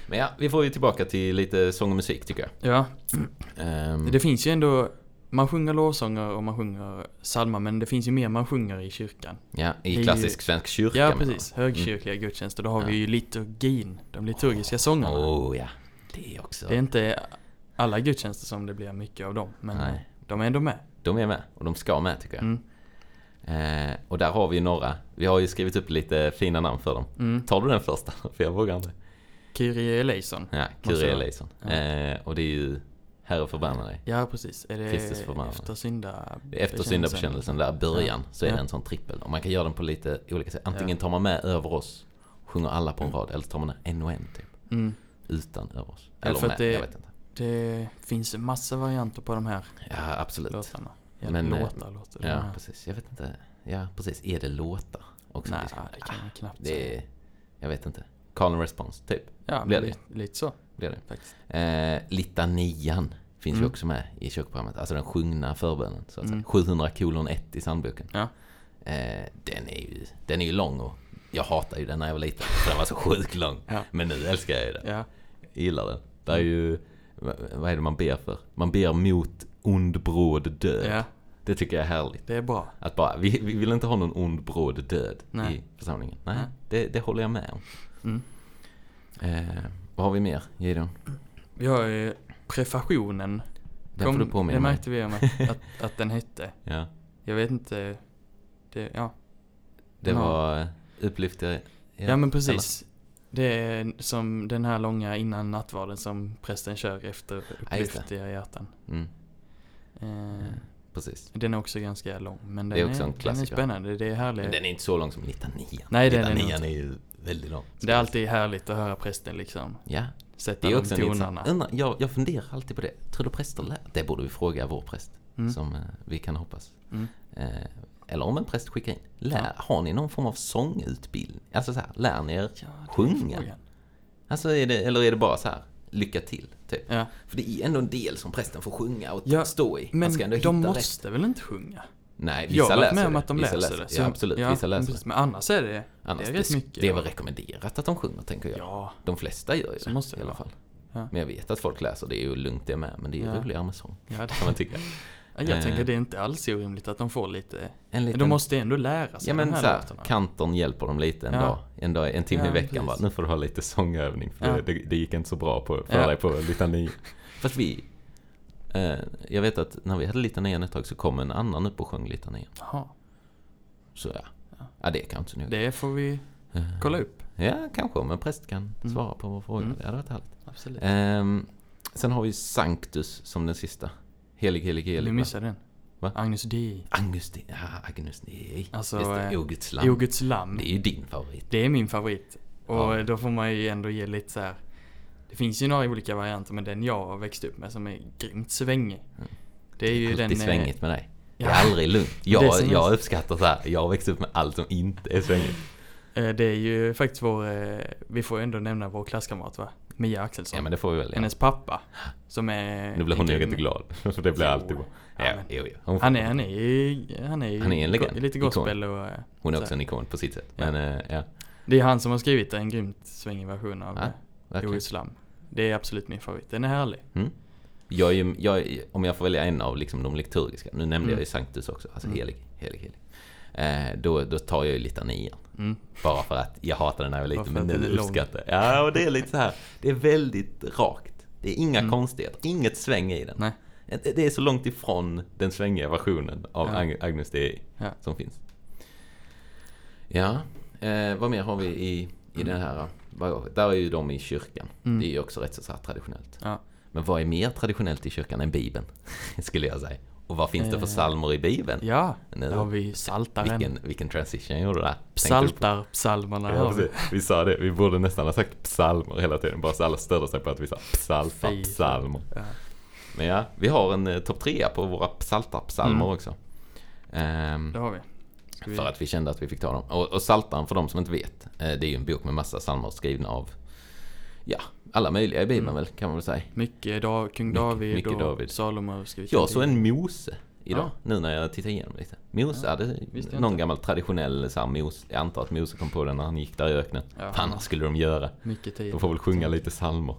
Men ja, vi får ju tillbaka till lite sång och musik tycker jag. Ja. Det finns ju ändå, man sjunger lovsånger och man sjunger psalmer, men det finns ju mer man sjunger i kyrkan. Ja, i klassisk svensk kyrka. Ja, precis. Högkyrkliga gudstjänster. Då har vi ju liturgin, de liturgiska sångerna. Ja. Det är också... Det är inte alla gudstjänster som det blir mycket av dem, men de är ändå med. De är med, och de ska med tycker jag. Och där har vi några. Vi har ju skrivit upp lite fina namn för dem. Tar du den första? För jag vågar inte. Kyrie eleison. Ja, Kyrie eleison. Och det är ju Herre förbarma dig. Ja, precis. Är det Kristus förbarma dig. Efter syndabekännelsen där början så är det en sån trippel. Och man kan göra den på lite olika sätt. Antingen tar man med över oss, sjunger alla på en rad, eller tar man en och en typ. Utan över oss. Eller med, jag vet inte. Det finns en massa varianter på de här. Ja, absolut. Låtarna. Men låtar. Ja, precis. Jag vet inte. Ja, precis. Är det låtar också? Nej, det kan man knappt säga. Jag vet inte. Call and response, typ. Ja, blir det lite så. Blir det. Faktiskt. Litanian finns ju också med i kyrkoprogrammet. Alltså den sjungna förbönen. Så att säga. 700:1 i psalmboken. Ja. Den är ju lång och jag hatar ju den när jag var liten. För den var så sjukt lång. Ja. Men nu älskar jag ju den. Ja. Jag gillar den. Det är ju... Vad är det man ber för? Man ber mot ond bråd död. Ja. Det tycker jag är härligt. Det är bra. Att bara, vi vill inte ha någon ond bråd död i församlingen. Nej. Det håller jag med om. Vad har vi mer, Gideon? Vi har ju prefationen. Den får du påminna det märkte vi om att den hette. Ja. Jag vet inte. Det var upplyft. Ja, men precis. Eller? Det är som den här långa innan nattvarden som prästen kör efter upplyftiga hjärtan. Precis. Den är också ganska lång, men den är spännande. Det är härligt. Men den är inte så lång som litanian. Nej, litanian är ju väldigt lång. Det är alltid härligt att höra prästen liksom. Ja. Sätta de tonerna. Jag funderar alltid på det. Tror du präster lär? Det borde vi fråga vår präst som vi kan hoppas. Eller om en präst skickar in. Har ni någon form av sångutbildning? Alltså så här, lär ni er sjunga? Alltså är det bara så här, lycka till typ. Ja. För det är ändå en del som prästen får sjunga och stå i. Men de måste väl inte sjunga? Nej, vissa läser med om att de läser det. Ja, absolut, vissa läser det. Men annars är det rätt mycket. Det är väl rekommenderat att de sjunger, tänker jag. Ja. De flesta gör ju det måste i alla fall. Ja. Men jag vet att folk läser, det är ju lugnt det med. Men det är ju roligare med sång, ja, det kan man tycka. Jag tänker det är inte alls orimligt att de får lite... De måste ändå lära sig de här låtarna. Kantorn hjälper dem lite en timme i veckan. Bara, nu får du ha lite sångövning. För det gick inte så bra för dig på litani. Fast jag vet att när vi hade litanian ett tag så kom en annan upp och sjöng litanian. Jaha. Så ja, det kan inte så nu. Det får vi kolla upp. Ja, kanske om en präst kan svara på vår fråga. Det hade varit härligt. Absolut. Sen har vi Sanctus som den sista. Helig. Du missade den. Va? Agnus Dei. Agnus Dei. Alltså, O Guds lamm. Det är ju din favorit. Det är min favorit. Och då får man ju ändå ge lite så här. Det finns ju några olika varianter, men den jag har växt upp med som är grymt svängig. Det är ju alltid svängigt med dig. Det är aldrig lugnt. Jag uppskattar så här. Jag har växt upp med allt som inte är svängigt. Det är ju faktiskt vi får ju ändå nämna vår klasskamrat, va? Mia Axelsson. Ja, men det får vi väl. Hennes pappa som är... Nu blir hon ju glad. För det blir alltid bra. Han är en legend. Lite gospel och... Hon är också en ikon på sitt sätt. Men det är han som har skrivit en grymt svängig version av O Guds lamm. Det är absolut min favorit. Den är härlig. Om jag får välja en av liksom de liturgiska. Nu nämnde jag ju Sanctus också. Alltså helig. Då tar jag ju litanian. Bara för att jag hatar den när jag var liten, men nu uppskattar jag. Ja, och det är lite så här. Det är väldigt rakt. Det är inga konstigheter. Inget sväng i den. Nej. Det är så långt ifrån den svängiga versionen av Agnus Dei som finns. Ja, vad mer har vi i den här? Där är ju de i kyrkan. Det är ju också rätt så här traditionellt. Ja. Men vad är mer traditionellt i kyrkan än Bibeln? Skulle jag säga. Och vad finns det för psalmer i Bibeln? Ja, där har vi Psaltaren. Vilken transition gjorde det? Psalmarna. Ja, vi sa det. Vi borde nästan ha sagt psalmer hela tiden. Bara så alla störde sig på att vi sa psalmer. Ja. Men vi har en topp 3 på våra psalmer också. Det har vi. För att vi kände att vi fick ta dem. Och Psaltaren, för de som inte vet, det är ju en bok med massa psalmer skrivna av alla möjliga i Bibeln väl, kan man väl säga. Mycket Kung David mycket och David. Salomo har skrivit. Ja, så en Mose idag, nu när jag tittar igenom lite. Mose hade någon gammal traditionell så här, Mose. Jag antar att Mose kom på den när han gick där i öknen. Fan, skulle de göra? Mycket tid. De får väl sjunga lite psalmer.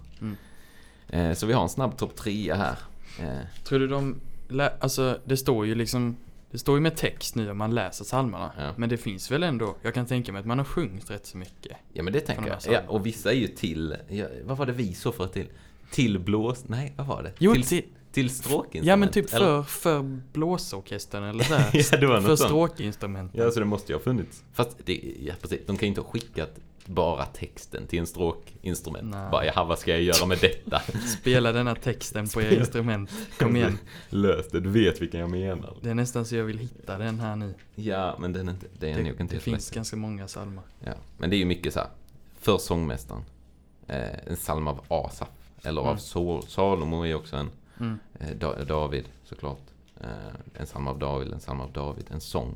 Så vi har en snabb topp 3 här. Tror du alltså det står ju liksom, det står ju med text nu om man läser psalmerna. Ja. Men det finns väl ändå, jag kan tänka mig att man har sjungit rätt så mycket. Ja, men det tänker jag. Ja, och vissa är ju till, vad var det vi så för till blås? Nej, vad var det? Jo, till stråkinstrument. Ja, men typ för blåsorkestern eller så här. Ja, det var för stråkinstrument. Ja, så det måste ju ha funnits. Fast precis, de kan ju inte ha skickat bara texten till en stråkinstrument. Bara, vad ska jag göra med detta? Spela denna texten på er instrument. Kom igen. Lös det, du vet vilken jag menar. Det är nästan så jag vill hitta den här nu. Ja, men det är nog inte. Det finns ganska många psalmer. Ja, men det är ju mycket så här. För sångmästaren. En psalm av Asaf. Eller av Salomo är också en. David, såklart. En psalm av David, en sång.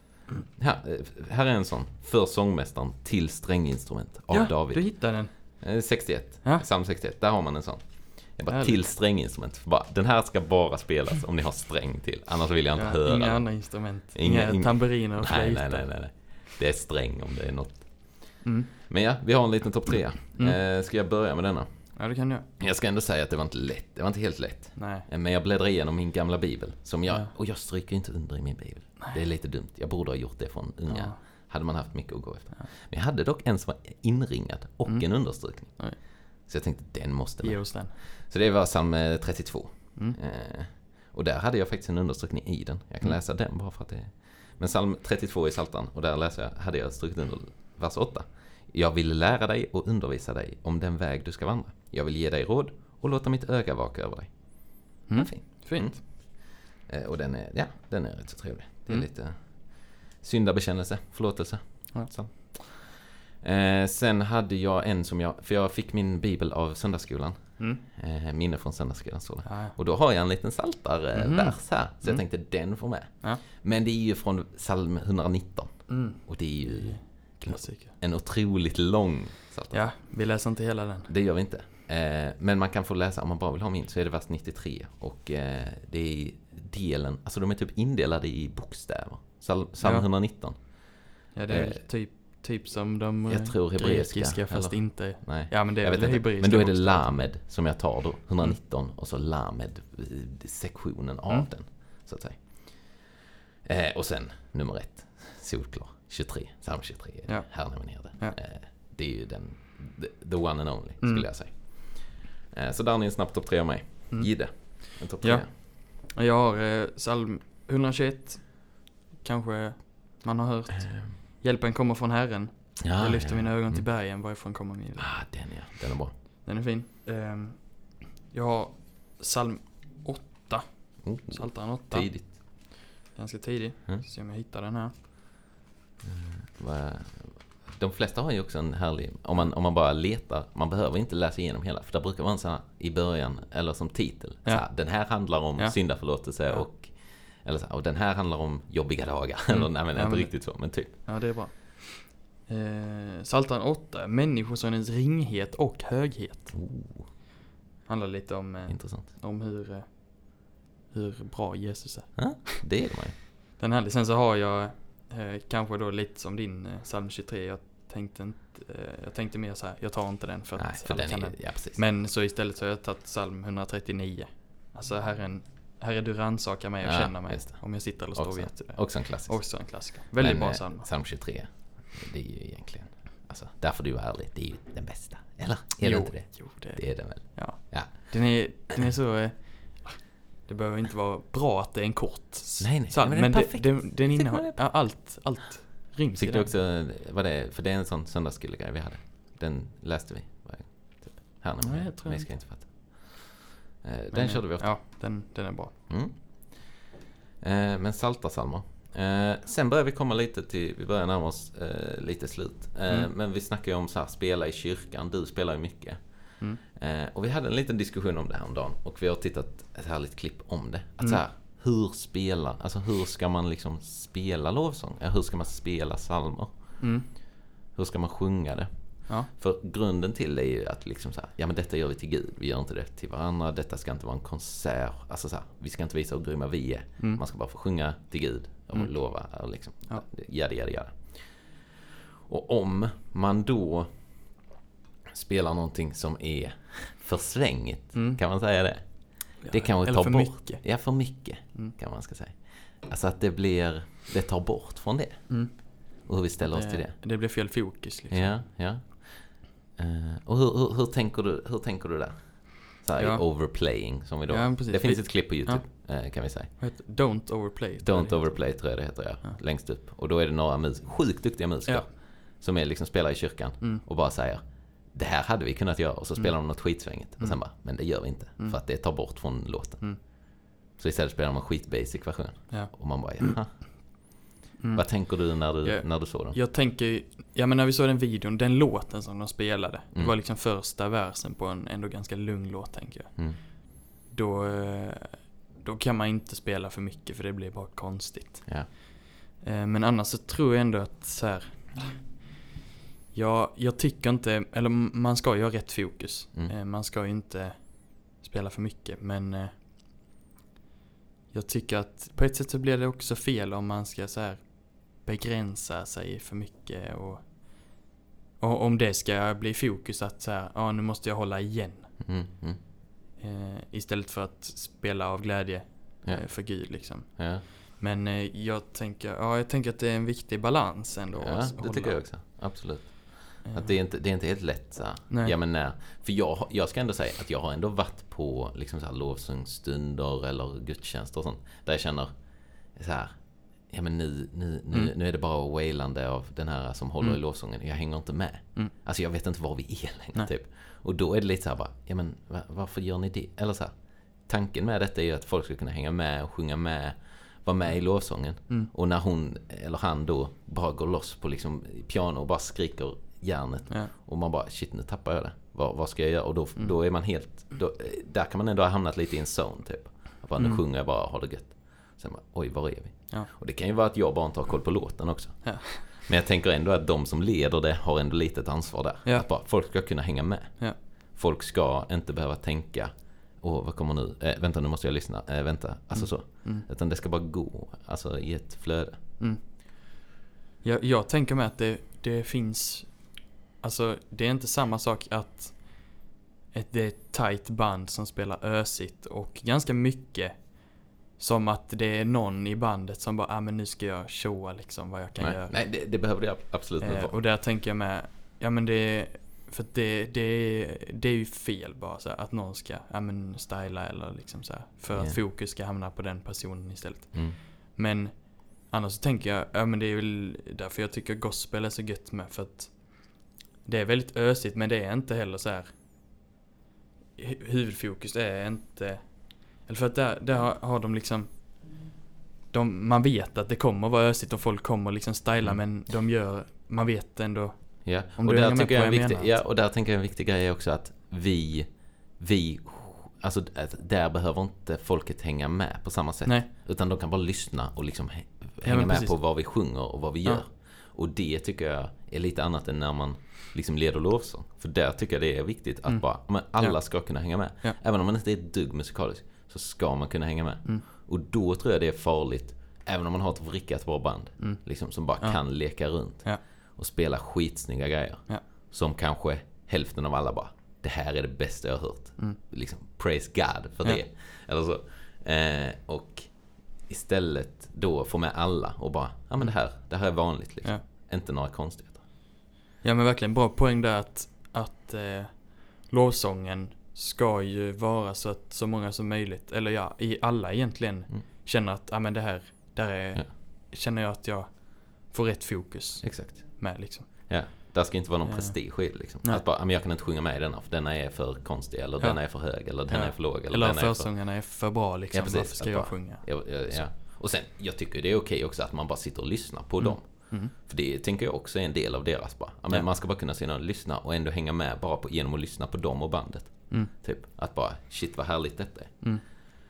Här är en sån. För sångmästaren till stränginstrument av David. Du hittar den. 61. Psalm 61. Där har man en sån. Jag bara till stränginstrument. Den här ska bara spelas om ni har sträng till. Annars vill jag inte höra. Inga andra instrument. Inga tamburiner och flöjter. Nej. Det är sträng om det är något. Men ja, vi har en liten topp 3. Ska jag börja med denna? Ja, det kan jag. Jag ska ändå säga att det var inte lätt. Det var inte helt lätt. Nej. Men jag bläddrar igenom min gamla bibel. Och jag stryker inte under i min bibel. Nej. Det är lite dumt. Jag borde ha gjort det från unga. Ja. Hade man haft mycket att gå efter. Ja. Men jag hade dock en som var inringad och en understrykning. Nej. Så jag tänkte, den måste med. Den. Så det var psalm 32. Och där hade jag faktiskt en understrykning i den. Jag kan läsa den bara för att det är... Men psalm 32 i Psaltaren. Och där hade jag strukit under vers 8. Jag vill lära dig och undervisa dig om den väg du ska vandra. Jag vill ge dig råd och låta mitt öga vaka över dig. Fint. Och den är rätt så trevlig. Det är lite syndabekännelse, förlåtelse. Ja. Sen hade jag en för jag fick min bibel av söndagsskolan. Minne från söndagsskolan så. Och då har jag en liten saltarvers här. Så jag tänkte den får med. Men det är ju från psalm 119. Och det är ju klassiker. En otroligt lång saltar. Ja, vi läser inte hela den. Det gör vi inte. Men man kan få läsa, om man bara vill ha min, så är det vers 93. Och det är delen, alltså de är typ indelade i bokstäver. Psalm 119. Ja, det är typ som de jag tror hebreiska fast inte. Nej. Ja, men det är väl hebreiska. Men då är det lamed som jag tar då. 119 och så lamed sektionen av den, så att säga. Och sen nummer 1, solklar. 23, psalm 23. Här när vi ner det. Ja. Det är ju the one and only, skulle jag säga. Så där är en snabb topp 3 av mig. Gide, en topp 3. Ja. Jag har psalm 121. Kanske man har hört. Hjälpen kommer från Herren. Jag lyfter mina ögon till bergen. Varifrån kommer min hjälp? Den är bra. Den är fin. Jag har psalm 8. Psaltaren 8. Tidigt. Ganska tidig. Se om jag hittar den här. De flesta har ju också en härlig, om man bara letar, man behöver inte läsa igenom hela, för det brukar vara en sån här i början, eller som titel. Såhär, den här handlar om syndaförlåtelse och den här handlar om jobbiga dagar. Eller nej, men inte riktigt så, men typ. Ja, det är bra. Psaltaren 8, människosonens ringhet och höghet. Handlar lite om intressant. Om hur bra Jesus är. Ja, det är det man ju. Den här, sen så har jag kanske då lite som din psalm 23. Jag tänkte mer så här, jag tar inte den för att alla kan den. Ja, precis. Men så istället så har jag tagit psalm 139. Alltså Herre, du rannsakar mig och känner mig om jag sitter eller står vid det. Också en klassiker. Också en klassiker. Väldigt bra psalm. Psalm 23, det är ju egentligen, alltså, därför du är ärlig, det är ju den bästa. Eller? Är det inte det? Jo, det är den väl. Ja. Den är så... Det behöver inte vara bra att det är en kort psalm, men den innehåller allt ryms i den. Också, för det är en sån söndagsskolegrej vi hade. Den läste vi typ här nu. Jag tror ska inte fatta. Den körde vi ofta. Ja, den är bra. Men saltarsalmer. Sen börjar vi komma lite till, vi börjar närma oss lite slut. Men vi snackar ju om så här, spela i kyrkan. Du spelar ju mycket. Och vi hade en liten diskussion om det här om dagen. Och vi har tittat ett härligt klipp om det. Att så här, hur ska man liksom spela lovsång? Hur ska man spela psalmer? Hur ska man sjunga det? Ja. För grunden till det är ju att liksom så här, ja men detta gör vi till Gud, vi gör inte det till varandra, detta ska inte vara en konsert, alltså så här, vi ska inte visa hur grymma vi är, man ska bara få sjunga till Gud och lova och liksom, ja. Och om man då spelar någonting som är för svängigt, kan man säga det? Det kan man ta bort. Mycket. Ja, för mycket kan man ska säga. Alltså att det tar bort från det. Och hur vi ställer oss till det. Det blir fel fokus liksom. Ja. Och hur tänker du där? Så här, overplaying som vi då. Ja, det finns ett klipp på YouTube kan vi säga. Don't overplay. Don't overplay tror jag det heter, längst upp. Och då är det några sjukt duktiga musiker som är liksom spelar i kyrkan och bara säger det här hade vi kunnat göra, och så spelar de något skitsvängigt och sen bara, men det gör vi inte för att det tar bort från låten. Så istället spelar de en skitbasic version. Och man bara, jaha. Vad tänker du när du såg dem? Jag tänker, men när vi såg den videon, den låten som de spelade, det var liksom första versen på en ändå ganska lugn låt, tänker jag. Då kan man inte spela för mycket, för det blir bara konstigt. Men annars så tror jag ändå att så här, jag tycker inte, eller man ska ju ha rätt fokus. Man ska ju inte spela för mycket, men jag tycker att på ett sätt så blir det också fel om man ska så här begränsa sig för mycket, och om det ska bli fokus att så här, nu måste jag hålla igen. Istället för att spela av glädje för Gud liksom. Men jag tänker att det är en viktig balans ändå. Det tycker jag också. Absolut. Att det är inte helt lätt så här. Ja, men nej. För jag ska ändå säga att jag har ändå varit på liksom så här lovsångsstunder eller gudstjänster och sånt, där jag känner så här, ja men nu är det bara wailande av den här som håller i lovsången. Jag hänger inte med. Alltså jag vet inte var vi är längre typ. Och då är det lite så här bara, ja men varför gör ni det? Eller så här, tanken med detta är ju att folk ska kunna hänga med och sjunga med, vara med i lovsången. Och när hon eller han då bara går loss på liksom piano och bara skriker hjärnet, och man bara, shit, nu tappar jag det. Vad ska jag göra? Och då är man helt, där kan man ändå ha hamnat lite i en zone typ. Bara, nu sjunger jag bara, har det gött. Sen bara, oj, var är vi? Och det kan ju vara att jag bara inte har koll på låten också. Men jag tänker ändå att de som leder det har ändå lite ett ansvar där. Att bara, folk ska kunna hänga med. Folk ska inte behöva tänka, vad kommer nu? Vänta, nu måste jag lyssna. Vänta, alltså så. Utan det ska bara gå, alltså i ett flöde. Jag tänker mig att det finns, alltså det är inte samma sak att det är ett tight band som spelar ösigt och ganska mycket, som att det är någon i bandet som bara, men nu ska jag showa liksom vad jag kan göra. Nej, det behöver det absolut inte vara. Och där tänker jag med, men det är ju fel bara så här, att någon ska styla eller liksom så här, för att fokus ska hamna på den personen istället. Men annars så tänker jag, men det är väl därför jag tycker gospel är så gött med, för att det är väldigt ösigt, men det är inte heller så här, huvudfokus är inte, eller för att där har de liksom, man vet att det kommer vara ösigt och folk kommer liksom styla, men man vet ändå. Och där tycker jag där tänker jag en viktig grej är också att vi alltså där behöver inte folket hänga med på samma sätt. Utan de kan bara lyssna och liksom hänga med på vad vi sjunger och vad vi gör. Och det tycker jag är lite annat än när man liksom leder lovsång. För där tycker jag det är viktigt att bara, men alla ska kunna hänga med. Även om man inte är ett dugg musikalisk, så ska man kunna hänga med. Och då tror jag det är farligt, även om man har ett vrickat bra band liksom, som bara kan leka runt och spela skitsnygga grejer. Som kanske hälften av alla bara, det här är det bästa jag har hört. Liksom, praise God för det. Eller så. Och istället då få med alla och bara, men det här är vanligt liksom. Inte några konstigheter. Ja, men verkligen bra poäng där att lovsången ska ju vara så att så många som möjligt, eller i alla egentligen känner att men det här där är, känner jag att jag får rätt fokus. Exakt. Med liksom. Ja, där ska inte vara någon prestige i liksom. Att bara, men jag kan inte sjunga med i denna, för denna är för konstig, eller denna är för hög, eller denna är för låg, eller försångarna är för bra liksom. Varför ska jag sjunga? Och sen, jag tycker det är okej också att man bara sitter och lyssnar på dem. För det tänker jag också är en del av deras bara. Men man ska bara kunna se och lyssna och ändå hänga med bara genom att lyssna på dem och bandet. Typ, att bara, shit vad härligt detta är.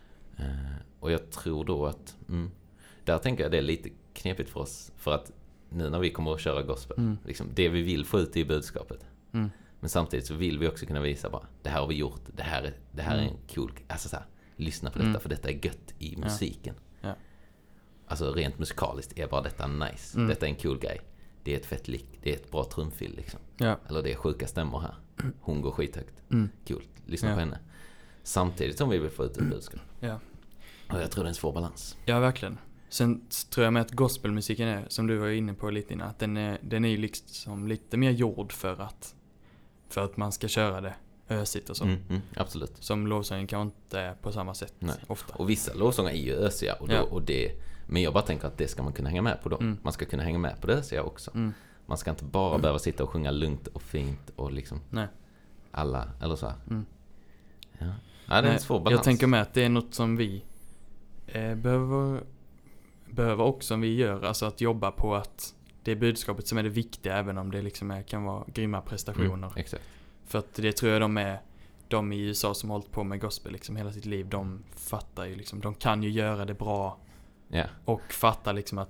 Och jag tror då att där tänker jag det är lite knepigt för oss, för att nu när vi kommer att köra gospel liksom, det vi vill få ut i budskapet, Men samtidigt så vill vi också kunna visa bara, det här har vi gjort, det här är en cool, alltså så här, lyssna på detta för detta är gött i musiken. Ja. Alltså rent musikaliskt är bara detta nice. Detta är en cool grej. Det är ett fett lick, det är ett bra trumfil liksom. Ja. Eller det är sjuka stämmor här. Hon går skithögt. Coolt, lyssna på henne. Samtidigt som vi vill få ut ett budskap. Ja. Och jag tror det är en svår balans. Ja, verkligen. Sen tror jag med att gospelmusiken är, som du var inne på lite innan, att den är ju liksom lite mer gjord för att man ska köra det ösigt och så. Absolut. Som lovsången kan inte är på samma sätt. Nej. Ofta. Och vissa lovsånger är ju ösiga och det, men jag bara tänker att det ska man kunna hänga med på då. Man ska kunna hänga med på det ösiga också. Man ska inte bara behöva sitta och sjunga lugnt och fint och liksom alla, eller så här. Ja, det är en svår balans. Jag tänker med att det är något som vi behöver också, som vi gör, alltså att jobba på att det är budskapet som är det viktiga, även om det liksom kan vara grymma prestationer. Exakt. För att det tror jag de i USA som har hållit på med gospel liksom hela sitt liv, de fattar ju liksom, de kan ju göra det bra och fattar liksom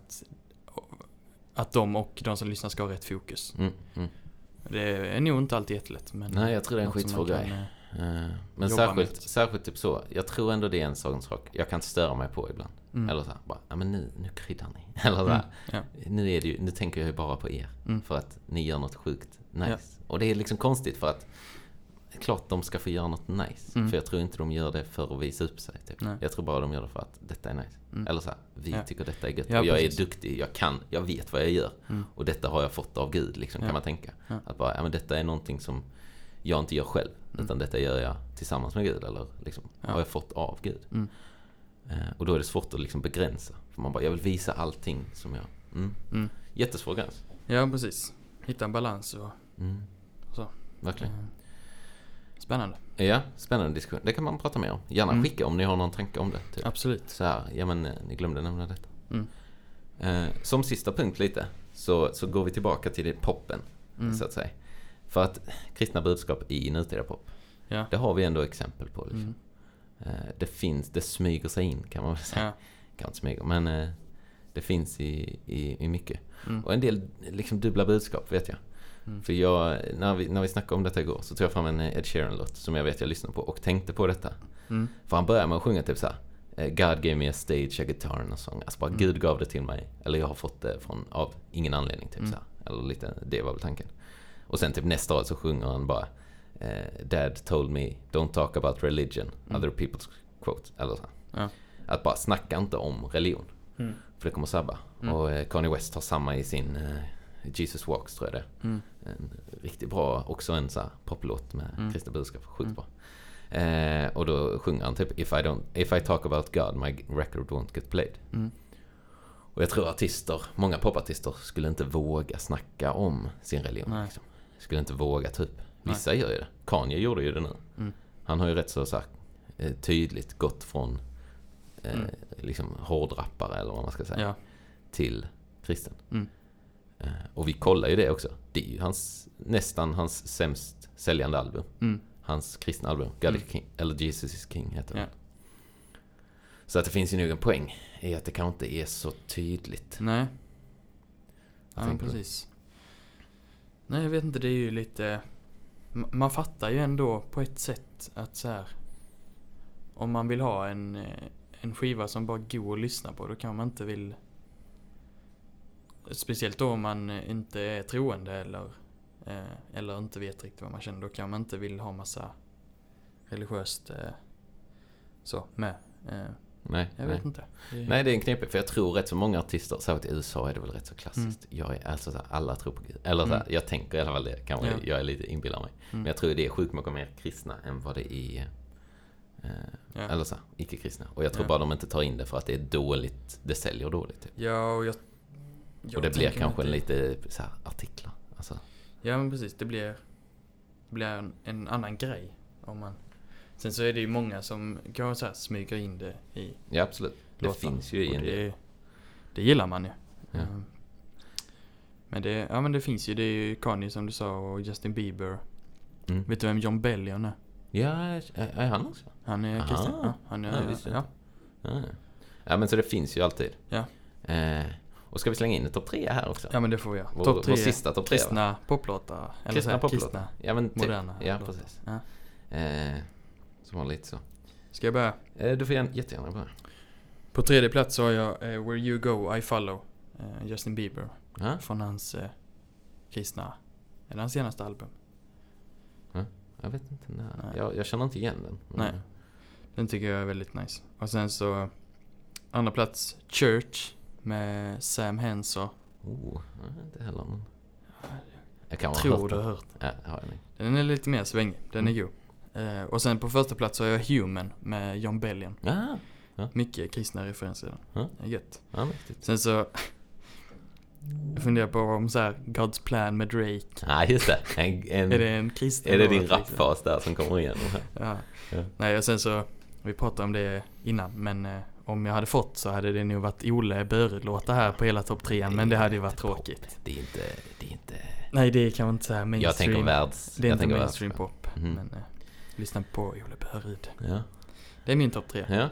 att de och de som lyssnar ska ha rätt fokus. Det är nog inte alltid jättelätt, men nej, jag tror det är en skitsvår grej. Men särskilt typ så, jag tror ändå det är en sån sak jag kan störa mig på ibland. Eller så här, bara, ja men nu kryddar ni. Eller så här, nu tänker jag ju bara på er för att ni gör något sjukt nice. Och det är liksom konstigt för att klart de ska få göra något nice. För jag tror inte de gör det för att visa upp sig typ. Jag tror bara de gör det för att detta är nice. Eller så här, vi tycker detta är gött. Och jag är duktig, jag vet vad jag gör. Och detta har jag fått av Gud liksom, kan man tänka. Att bara, ja men detta är någonting som jag inte gör själv, utan detta gör jag tillsammans med Gud, eller liksom har jag fått av Gud. Och då är det svårt att liksom begränsa, för man bara, jag vill visa allting som jag jättesvår gräns. Ja, precis. Hitta en balans och så. Verkligen. Spännande. Ja, spännande diskussion. Det kan man prata mer om. Gärna skicka om ni har någon tanke om det. Typ. Absolut. Så här, ja men ni glömde nämna detta. Som sista punkt lite, så går vi tillbaka till det poppen, så att säga. För att kristna budskap i nutida pop, det har vi ändå exempel på. Liksom. Det smyger sig in, kan man väl säga. Kan inte smyga, men det finns i mycket. Och en del liksom dubbla budskap, vet jag. För när vi snackade om detta igår, så tog jag fram en Ed Sheeran-låt som jag vet jag lyssnade på och tänkte på detta. För han börjar med att sjunga typ så här: God gave me a stage, a guitar and a song. Alltså bara Gud gav det till mig, eller jag har fått det av ingen anledning typ så här. Eller lite, det var väl tanken. Och sen typ nästa år så sjunger han bara Dad told me don't talk about religion, other people's quote, eller så. Att bara snacka inte om religion, för det kommer sabba. Och Kanye West har samma i sin Jesus Walks, tror jag det. En riktigt bra, också en så här poplåt med kristna budskap, sjukt bra. Och då sjunger han typ if I talk about God, my record won't get played. Och jag tror många popartister skulle inte våga snacka om sin religion liksom. Skulle inte våga typ. Vissa gör ju det. Kanye gjorde ju det nu. Han har ju rätt så sagt tydligt gått från liksom hårdrappare, eller vad man ska säga, till kristen. Och vi kollar ju det också. Det är ju nästan hans sämst säljande album. Hans kristna album, God is King, eller Jesus is King heter det. Så att det finns ju nog en poäng i att det kanske inte är så tydligt. Nej. Ja, precis. Nej, jag vet inte, det är ju lite... Man fattar ju ändå på ett sätt att så här, om man vill ha en skiva som bara går att lyssna på, då kan man inte vill... Speciellt då om man inte är troende eller inte vet riktigt vad man känner, då kan man inte vill ha massa religiöst så med. Nej, jag vet inte. Nej, det är en knepig, för jag tror rätt så många artister, särskilt i USA är det väl rätt så klassiskt. Jag är alltså så här, alla tror på Gud. Eller så här, jag tänker i alla fall det, kanske jag är lite inbillar mig. Men jag tror det är sjukt mycket mer kristna än vad det är eller så här, icke-kristna. Och jag tror bara de inte tar in det för att det är dåligt, det säljer dåligt. Typ. Ja, och det blir kanske lite så här artiklar. Alltså. Ja, men precis, det blir en annan grej om man. Sen så är det ju många som kan så här smyga in det i. Ja, absolut. Det finns ju i en del. Det gillar man ju. Ja. Men det finns ju, det är ju Kanye som du sa och Justin Bieber. Vet du vem John Bellion är? Ja, är han också? Han är kristen. Ja, han är ja, men så det finns ju alltid. Ja. Och Och ska vi slänga in en topp 3 här också? Ja, men det får vi göra. Topp 3. Vår sista topp 3. Kristna poplåtar. Eller kristna poplåtar. Ja, men moderna. Ja, precis. Ja. Som var lite så. Ska jag börja? Du får jättegärna börja. På 3:e plats har jag Where You Go, I Follow. Justin Bieber. Från hans kristna. Eller hans senaste album. Jag vet inte när. Jag känner inte igen den. Nej. Den tycker jag är väldigt nice. Och sen så andra plats Church med Sam Henson. Inte heller någon. Jag tror du har hört. Ja, har jag inte. Den är lite mer svängig. Den är god. Och sen på första plats har jag Human med John Bellion. Mycket kristna referenser. Det är gött. Sen så jag funderar på om så här God's Plan med Drake. Nej, just det. Är det en kristen? Är det din rapfas där som kommer igen? Ja. Nej, och sen så vi pratade om det innan, men om jag hade fått så hade det nog varit Ole Börud-låtar här på hela topp 3, men det hade ju varit tråkigt. Det är inte. Nej, det kan man inte säga mainstream. Jag tänker det är inte mainstream pop, men lyssna på Ole Börud. Ja. Det är min topp 3.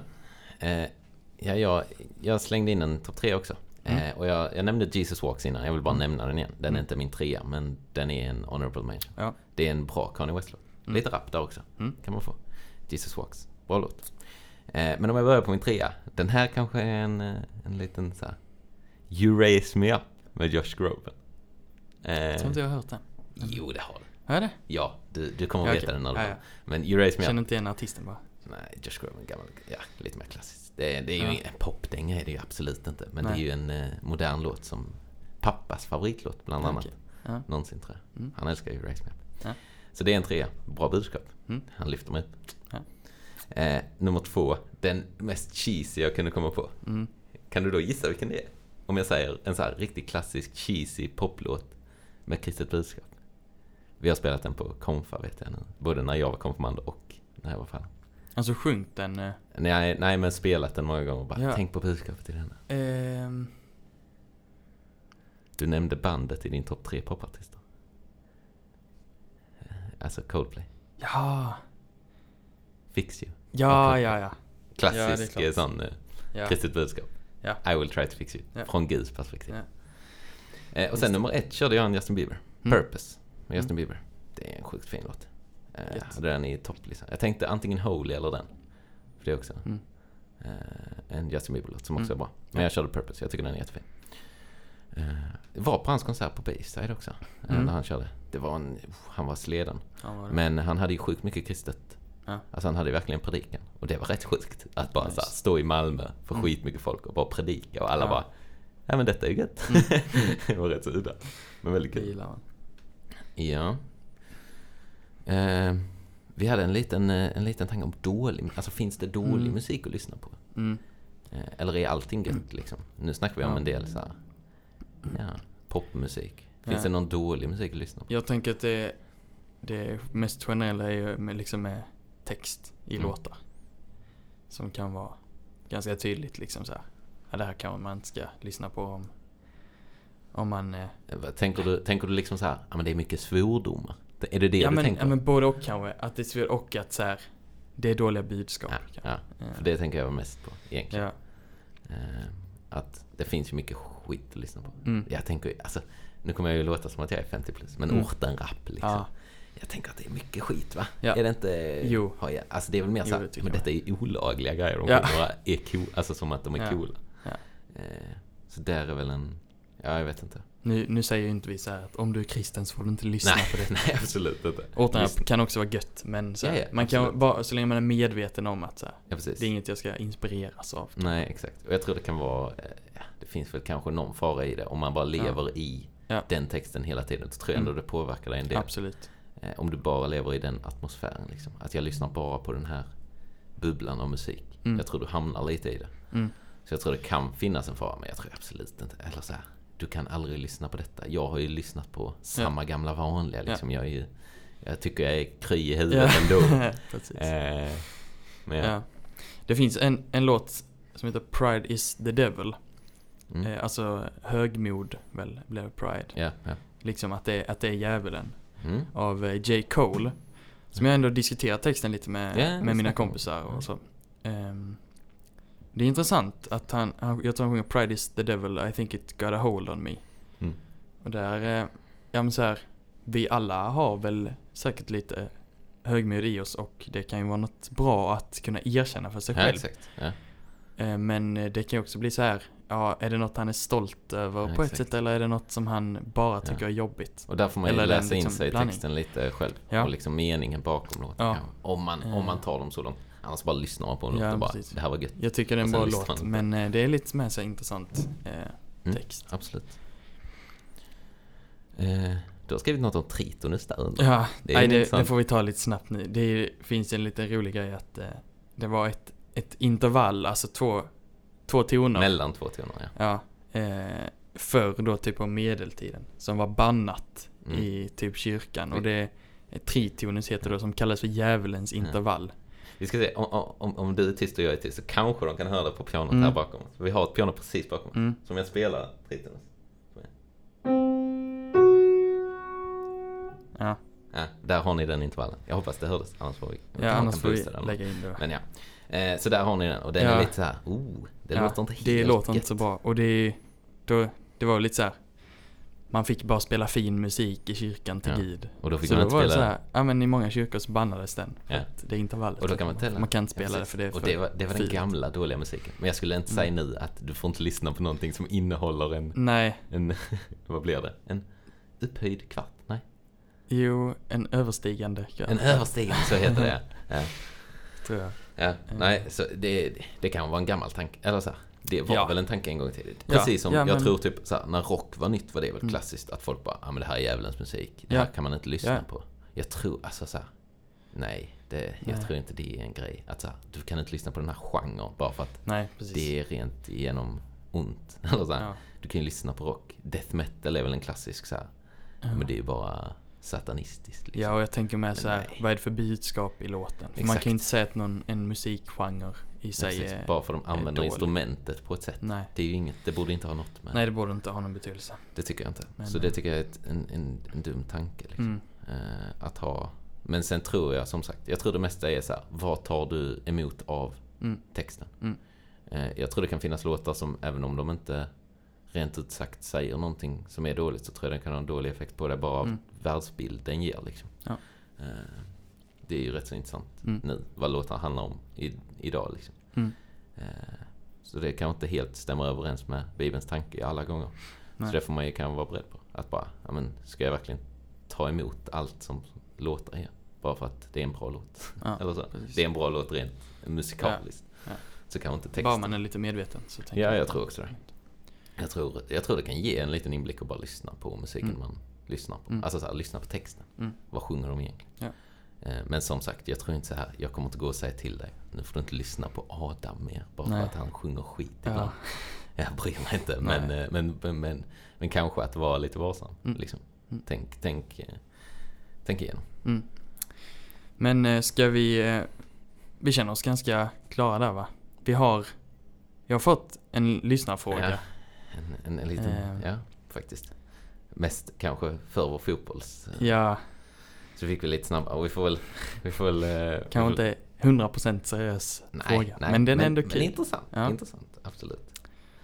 Ja. Jag slängde in en topp 3 också. Och jag nämnde Jesus Walks innan. Jag vill bara nämna den igen. Den är inte min 3, men den är en honorable mention. Ja. Det är en bra Kanye West-låt. Lite rap där också. Kan man få. Jesus Walks. Bra låt. Men om jag börjar på min 3. Den här kanske är en liten så här You Raise Me Up med Josh Groban. Jag tror inte jag har hört den. Jo, det har du. Har det? Ja, du kommer att veta den när du Men You Raise Me Up. Känner inte igen artisten bara. Nej, Josh Groban gammal. Ja, lite mer klassiskt. Det är ju en popdänga, är det ju absolut inte. Men det är ju en modern låt som pappas favoritlåt bland annat. Någonsin, tror jag. Han älskar ju Raise Me Up. Så det är en 3. Bra budskap. Han lyfter mig upp. Nummer 2. Den mest cheesy jag kunde komma på. Kan du då gissa vilken det är? Om jag säger en så här riktigt klassisk cheesy poplåt med kristet budskap. Vi har spelat den på konfa, vet jag nu. Både när jag var konfirmand och när jag var fan. Alltså sjungt den? Nej, men spelat den många gånger. Bara tänk på budskapet i den. Du nämnde bandet i din topp 3 popartister. Alltså Coldplay. Ja. Fix You. Ja. Klassisk sån kristet budskap. Ja. I will try to fix you. Från Guds perspektiv. Och sen nummer 1 körde jag en Justin Bieber. Purpose med Justin Bieber. Det är en sjukt fin låt. Den är i topplistan. Jag tänkte antingen Holy eller den. För det är också en Justin Bieber-låt som också är bra. Men jag körde Purpose. Jag tycker den är jättefin. Var på hans konsert på Bayside också. När han körde. Det var han var sleden. Men han hade ju sjukt mycket kristet. Alltså han hade verkligen predikan. Och det var rätt sjukt. Att bara så här, stå i Malmö för skitmycket folk och bara predika. Och alla bara, ja men detta är gött. Det var rätt så udda. Men väldigt kul. Ja. Vi hade en liten tanke om dålig. Alltså finns det dålig musik att lyssna på? Eller är allting gött liksom? Nu snackar vi om en del så här, popmusik. Finns det någon dålig musik att lyssna på? Jag tänker att det mest generella är ju med text i låtar. Som kan vara ganska tydligt liksom så här. Ja, det här kan man inte ska lyssna på om man... Tänker du liksom så här, ja men det är mycket svordomar. Är det du tänker? Ja men både och kanske. Att det är svårt och att så här, det är dåliga budskap. För det tänker jag mest på egentligen. Att det finns ju mycket skit att lyssna på. Jag tänker, alltså, nu kommer jag ju låta som att jag är 50 plus. Men orten rap liksom. Jag tänker att det är mycket skit, va? Är det inte... Jo. Alltså det är väl mer så men detta är olagliga grejer. De bara är cool, alltså som att de är coola. Så där är väl en... Ja, jag vet inte. Nu säger ju inte vi så här att om du är kristen så får du inte lyssna på det. Nej, absolut inte. Orten kan också vara gött, men så här, man kan bara, så länge man är medveten om att så här, det är inget jag ska inspireras av. Nej, exakt. Och jag tror det kan vara... det finns väl kanske någon fara i det. Om man bara lever i den texten hela tiden, så tror jag ändå det påverkar dig en del. Absolut. Om du bara lever i den atmosfären liksom. Att jag lyssnar bara på den här bubblan av musik. Jag tror du hamnar lite i det. Så jag tror det kan finnas en fara, men jag tror absolut inte. Eller så här, du kan aldrig lyssna på detta. Jag har ju lyssnat på samma gamla vanliga liksom. Jag tycker jag är kry i huvudet ändå. Precis. Det finns en låt som heter Pride is the Devil. Alltså högmod väl blev Pride. Liksom att det är djävulen. Av J. Cole. Som jag ändå diskuterat texten lite med mina kompisar och så. Det är intressant att jag tror han sjunger Pride is the devil, I think it got a hold on me. Och där, ja men så här, vi alla har väl säkert lite högmod i oss, och det kan ju vara något bra att kunna erkänna för sig själv. Exakt. Ja. Men det kan ju också bli så här, ja, är det något han är stolt över på ett sätt, eller är det något som han bara tycker är jobbigt? Och där får man ju eller läsa liksom in sig i texten lite själv. Och liksom meningen bakom låten. Ja. Om man tar dem så långt. Annars bara lyssnar man på en låt och bara, det här var gött. Jag tycker det är en bra låt, men det är lite med så intressant text. Absolut. Du har skrivit något om tritonus där under. Ja, det får vi ta lite snabbt nu. Det finns en lite rolig grej att det var ett intervall, alltså två toner. Mellan två toner, ja. För då typ på medeltiden, som var bannat i typ kyrkan. Och det är tritonus heter det, som kallas för djävulens intervall. Vi ska se, om du är tyst och jag är tyst, så kanske de kan höra det på pianot här bakom. Så vi har ett piano precis bakom som jag spelar tritonus. Ja. Där har ni den intervallen. Jag hoppas det hördes, annars får vi annars får vi lägga in det. Men så där har ni den, och den är lite så här, det låter inte helt det låter inte så bra. Och det var lite så här, man fick bara spela fin musik i kyrkan till Gud. Och då fick så man inte spela så här, ja, men i många kyrkor så bannades den för att det är intervallet. Och då kan man kan inte spela det för det är för. Och det var den gamla dåliga musiken. Men jag skulle inte säga nu att du får inte lyssna på någonting som innehåller en vad blir det? En upphöjd kvart? Nej. Jo, en överstigande. En överstigande, så heter det. Ja. Tror jag. Ja, nej, så det kan vara en gammal tanke. Eller så här, det var väl en tanke en gång till. Precis som jag tror typ så här, när rock var nytt var det väl klassiskt att folk bara, men det här är djävulens musik. Det här kan man inte lyssna på. Jag tror, alltså så här, jag tror inte det är en grej. Att så här, du kan inte lyssna på den här genren bara för att det är rent igenom ont. Eller så här, du kan ju lyssna på rock. Death metal är väl en klassisk så här, men det är ju bara satanistiskt liksom. Ja, och jag tänker med så här, vad är det för budskap i låten? För man kan ju inte säga att en musikgenre i sig är bara för att de använder instrumentet på ett sätt. Nej. Det är ju inget, det borde inte ha något med. Nej, det borde inte ha någon betydelse. Det tycker jag inte. Men, så det tycker jag är en dum tanke liksom. Att ha. Men sen tror jag, som sagt, jag tror det mesta är så här, vad tar du emot av texten? Jag tror det kan finnas låtar som, även om de inte rent ut sagt säger någonting som är dåligt, så tror jag den kan ha en dålig effekt på det bara av världsbilden ger liksom. Ja. Det är ju rätt så intressant nu vad låtar handlar om idag liksom. Så det kan inte helt stämma överens med Bibelns tanke alla gånger. Nej. Så det får man ju kan vara beredd på. Att bara, ska jag verkligen ta emot allt som låtar är? Bara för att det är en bra låt. Ja, eller så. Precis. Det är en bra låt rent musikaliskt. Ja. Så kan man inte texten. Bara man är lite medveten. Så jag tror också det. Jag tror det kan ge en liten inblick och bara lyssna på musiken man lyssnar på. Alltså så här, lyssna på texten. Vad sjunger de egentligen? Ja. Men som sagt, jag tror inte så här. Jag kommer inte gå och säga till dig, nu får du inte lyssna på Adam mer. Bara för att han sjunger skit ibland. Jag bryr mig inte. Men kanske att vara lite varsam. Liksom. Tänk igenom. Men ska vi känner oss ganska klara där, va? Jag har fått en lyssnarfråga. Ja. En liten, faktiskt. Mest kanske för vår fotbolls. Ja. Så fick vi lite snabbare. Vi får väl kanske inte 100% seriös fråga. Nej, men den är ändå kul. Men intressant, absolut.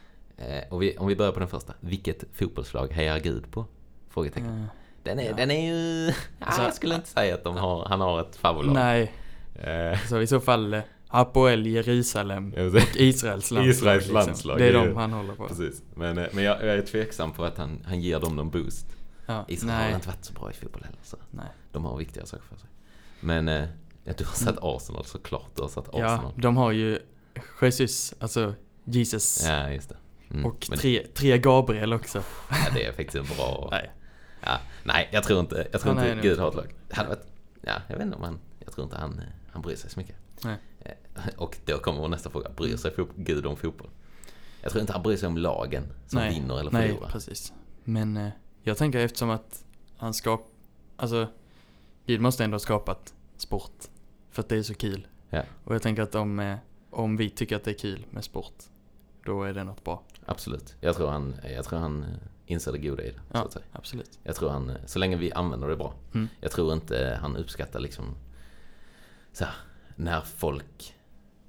Om vi börjar på den första. Vilket fotbollslag hejar Gud på? Frågetecken. Den är ju... Alltså, jag skulle inte säga att han har ett favoritlag. Nej. Så i så fall Hapoel Jerusalem och Israels landslag. Det är de han håller på. Precis. Men jag är tveksam på att han ger dem någon boost. Ja. Israel har inte varit så bra i fotboll heller. Så. Nej. De har viktiga saker för sig. Men du har satt Arsenal, såklart. Du har satt Arsenal. Ja, de har ju Jesus, alltså Jesus. Ja, just det. Och tre Gabriel också. Ja, det är faktiskt en bra... Nej, jag tror inte Gud har ett lag. Jag vet inte om jag tror inte han bryr sig så mycket. Nej. Och då kommer vår nästa fråga. Bryr sig Gud om fotboll? Jag tror inte han bryr sig om lagen som vinner eller förlorar. Nej, precis. Men jag tänker eftersom att han alltså Gud måste ändå ha skapat sport för att det är så kul. Ja. Och jag tänker att om vi tycker att det är kul med sport, då är det något bra. Absolut. Jag tror han inser det goda i det, så att säga. Absolut. Jag tror han, så länge vi använder det bra. Jag tror inte han uppskattar liksom så här, när folk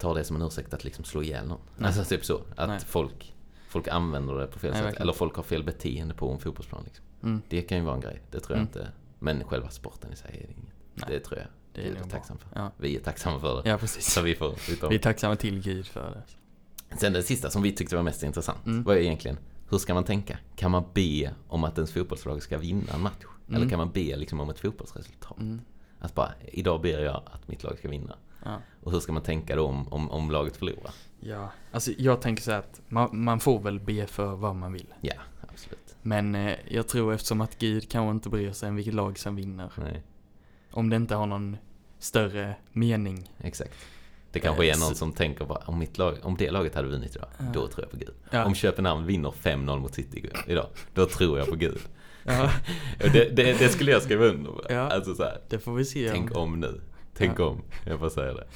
ta det som en ursäkt att liksom slå ihjäl någon. Alltså typ så. Att folk använder det på fel sätt. Eller folk har fel beteende på en fotbollsplan. Liksom. Det kan ju vara en grej. Det tror jag inte. Men själva sporten i sig är det inget. Det tror jag. Det är tacksam för. Ja. Vi är tacksamma för det. Ja, precis. Så vi är tacksamma till Gud för det. Sen det sista som vi tyckte var mest intressant var ju egentligen, hur ska man tänka? Kan man be om att ens fotbollslag ska vinna en match? Eller kan man be liksom om ett fotbollsresultat? Att bara, idag ber jag att mitt lag ska vinna. Ja. Och hur ska man tänka då om laget förlorar? Ja, alltså jag tänker så här att man får väl be för vad man vill. Ja, absolut. Men jag tror eftersom att Gud kanske inte bryr sig om vilket lag som vinner. Nej. Om det inte har någon större mening. Exakt. Det kanske är någon som tänker bara, om det laget hade vunnit idag, då tror jag på Gud. Ja. Om Köpenhamn vinner 5-0 mot City idag, då tror jag på Gud. Ja. det skulle jag skriva under på. Ja. Alltså så här, det får vi se. Tänk om nu. Tänk om. Jag får säga det.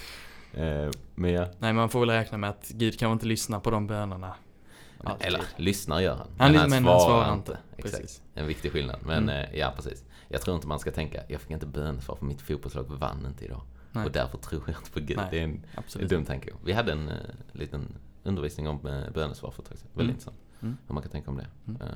Men ja. Nej, man får väl räkna med att Gud kan inte lyssna på de bönerna. Alltid. Eller lyssnar gör han. Men han svarar inte. Exakt. Precis. En viktig skillnad. Men ja, precis. Jag tror inte man ska tänka, jag fick inte bönesvar för mitt fotbollslag vann inte idag. Nej. Och därför tror jag inte på Gud. Nej, det är en dum tanke. Vi hade en liten undervisning om bönesvar för ett tag sedan. Väldigt intressant. Hur man kan tänka om det.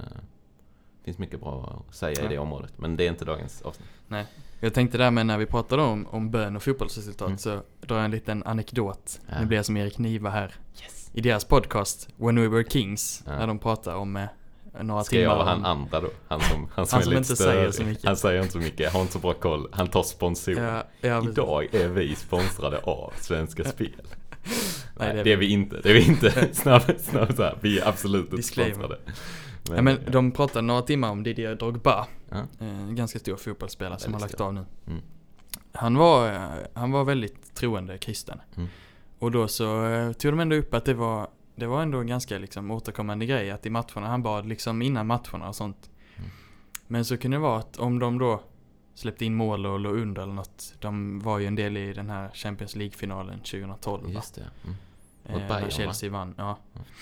Det finns mycket bra att säga i det området. Men det är inte dagens avsnitt. Nej. Jag tänkte där med när vi pratade om bön och fotbollsresultat så drar jag en liten anekdot. Nu blir jag som Erik Niva här. Yes. I deras podcast When We Were Kings när de pratar om några ska timmar. Jag vara han andra då? Han som är inte säger så mycket. Han säger inte så mycket. Har inte så bra koll. Han tar sponsor. Idag är vi sponsrade av Svenska Spel. Nej, det är vi inte. Det är vi inte. Snabbt så här. Vi är absolut inte sponsrade. Men de pratade några timmar om Didier Drogba. En ganska stor fotbollsspelare som har lagt av nu. Han var väldigt troende kristen. Och då så tog de ändå upp att det var ändå en ganska liksom återkommande grej att i matcherna, han bad liksom innan matcherna och sånt. Men så kunde det vara att om de då släppte in mål och låg under eller något, de var ju en del i den här Champions League-finalen 2012. Just det. När Chelsea vann. Ja.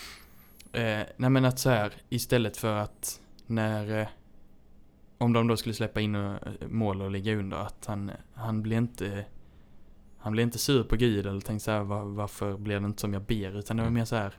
Nej, men att så här, istället för att om de då skulle släppa in mål och ligga under, att han blir inte sur på Gud eller tänkte så här, varför blir det inte som jag ber, utan det var mer så här,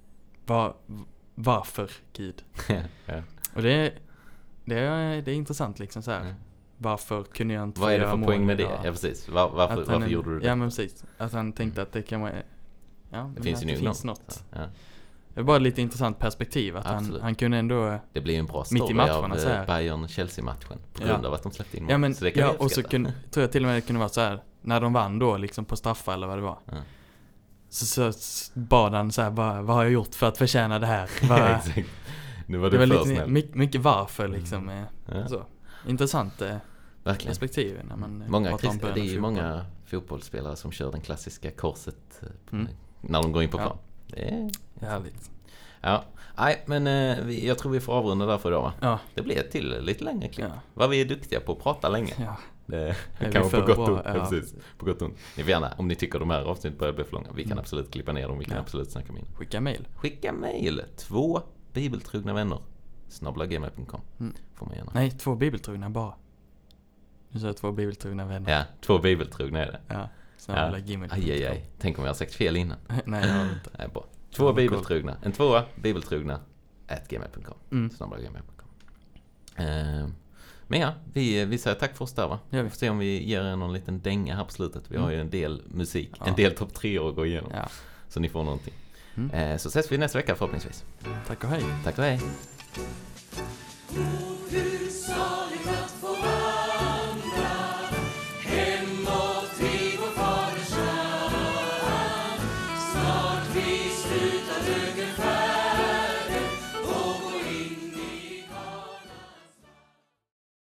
varför Gud? Och det är intressant liksom så här. Varför kunde jag inte vad är det för poäng med det? Ja, precis. Varför gjorde du det? Ja, men precis. Att han tänkte att det kan vara det finns något. Ja. Det är bara lite intressant perspektiv att han kunde ändå det blir en bra story av Bayern-Chelsea-matchen på grund av att de släppte in mål. Ja, men, så det kan och så tror jag till och med det kunde vara så här när de vann då liksom på straffar eller vad det var. Så bad han så här, vad har jag gjort för att förtjäna det här? Exakt. Nu var det lite mycket varför liksom. Så. Intressant perspektiv när man pratar om bön. Det är ju många fotbollsspelare som kör den klassiska korset när de går in på plan. Det är härligt. Ja, nej, men jag tror vi får avrunda där för idag, va? Ja. Det blir ett till lite längre klipp. Ja. Vad vi är duktiga på att prata länge. Ja. Det kan vara på gott och precis. På gott och ont. Ni får gärna, om ni tycker de här avsnitten börjar bli för långa, vi kan absolut klippa ner dem, vi kan absolut snacka med in. Skicka mail. 2 bibeltrogna vänner @gmail.com. Får man gärna. Nej, 2 bibeltrogna bara. Du sa 2 bibeltrogna vänner. Ja, 2 bibeltrogna är det. Ja. Aj. Tänk om jag har sagt fel innan. Nej, jag har inte. Nej, bra. 2 bibeltrogna. En 2 bibeltrogna @gmail.com. @gmail.com. Men ja, vi säger tack för oss där, va? Ja, vi får se om vi ger er någon liten dänga här på slutet. Vi har ju en del musik, en del topp 3 att gå igenom. Ja. Så ni får någonting. Så ses vi nästa vecka förhoppningsvis. Tack och hej. Tack och hej.